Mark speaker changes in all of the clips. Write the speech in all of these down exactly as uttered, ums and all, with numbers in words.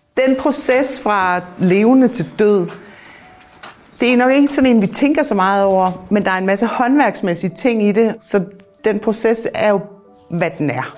Speaker 1: Den proces fra levende til død, det er nok ikke sådan en, vi tænker så meget over, men der er en masse håndværksmæssige ting i det, så den proces er jo, hvad den er.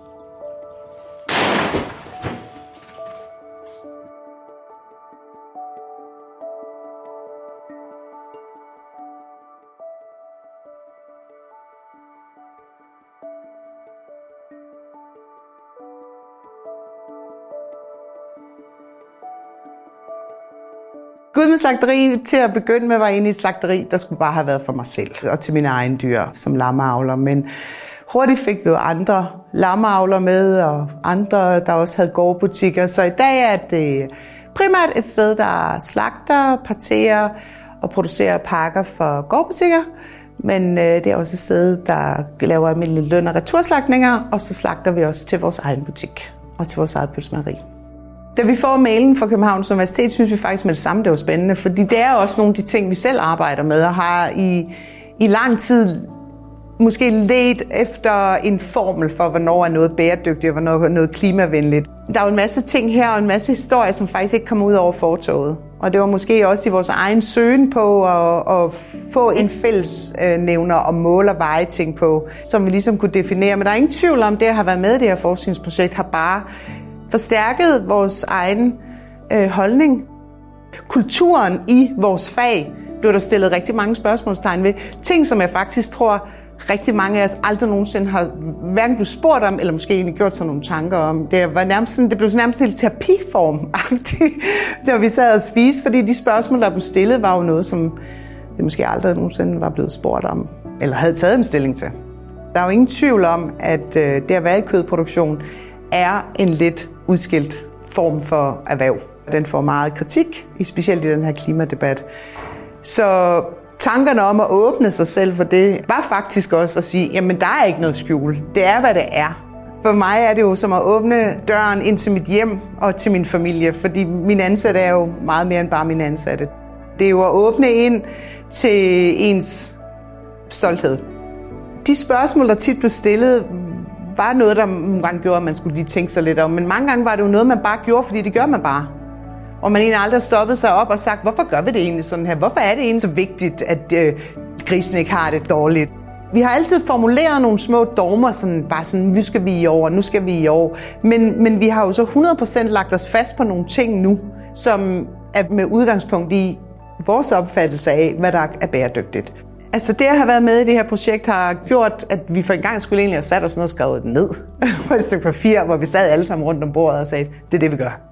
Speaker 1: Gudme Slagteri til at begynde med var inde i et slagteri, der skulle bare have været for mig selv og til mine egne dyr som lammeavler. Men hurtigt fik vi jo andre lammeavler med og andre, der også havde gårdbutikker. Så i dag er det primært et sted, der slagter, parterer og producerer pakker for gårdbutikker. Men det er også et sted, der laver almindelige løn- og returslagtninger, og så slagter vi også til vores egen butik og til vores eget pølsemageri. Da vi får mailen fra Københavns Universitet, synes vi faktisk med det samme, det var spændende, fordi det er også nogle af de ting, vi selv arbejder med og har i, i lang tid måske ledt efter en formel for, hvornår er noget bæredygtigt og hvornår er noget klimavenligt. Der er jo en masse ting her og en masse historier, som faktisk ikke kommer ud over fortovet. Og det var måske også i vores egen søgen på at, at få en fælles nævner og mål og veje ting på, som vi ligesom kunne definere. Men der er ingen tvivl om, det at have været med i det her forskningsprojekt har bare forstærket vores egen øh, holdning. Kulturen i vores fag blev der stillet rigtig mange spørgsmålstegn ved. Ting, som jeg faktisk tror, rigtig mange af os aldrig nogensinde har hverken blevet spurgt om, eller måske egentlig gjort sig nogle tanker om. Det, var nærmest sådan, det blev nærmest en terapiform-agtigt, da vi sad og spiste, fordi de spørgsmål, der blev stillet, var jo noget, som vi måske aldrig nogensinde var blevet spurgt om, eller havde taget en stilling til. Der er jo ingen tvivl om, at øh, det at være i kødproduktion er en lidt udskilt form for erhverv. Den får meget kritik, specielt i den her klimadebat. Så tankerne om at åbne sig selv for det, var faktisk også at sige, jamen der er ikke noget skjul. Det er, hvad det er. For mig er det jo som at åbne døren ind til mit hjem og til min familie, fordi min ansatte er jo meget mere end bare min ansatte. Det er jo at åbne ind til ens stolthed. De spørgsmål, der tit blev stillet, var noget, der nogle gange gjorde, at man skulle lige tænke sig lidt om. Men mange gange var det jo noget, man bare gjorde, fordi det gør man bare. Og man egentlig aldrig stoppede sig op og sagt, hvorfor gør vi det egentlig sådan her? Hvorfor er det egentlig så vigtigt, at øh, grisen ikke har det dårligt? Vi har altid formuleret nogle små dogmer, sådan, bare sådan, nu skal vi i år, nu skal vi i år. Men, men vi har jo så hundrede procent lagt os fast på nogle ting nu, som er med udgangspunkt i vores opfattelse af, hvad der er bæredygtigt. Altså det at have været med i det her projekt har gjort, at vi for en gang skulle egentlig have sat os ned og skrevet det ned på et stykke papir, hvor vi sad alle sammen rundt om bordet og sagde, det er det vi gør.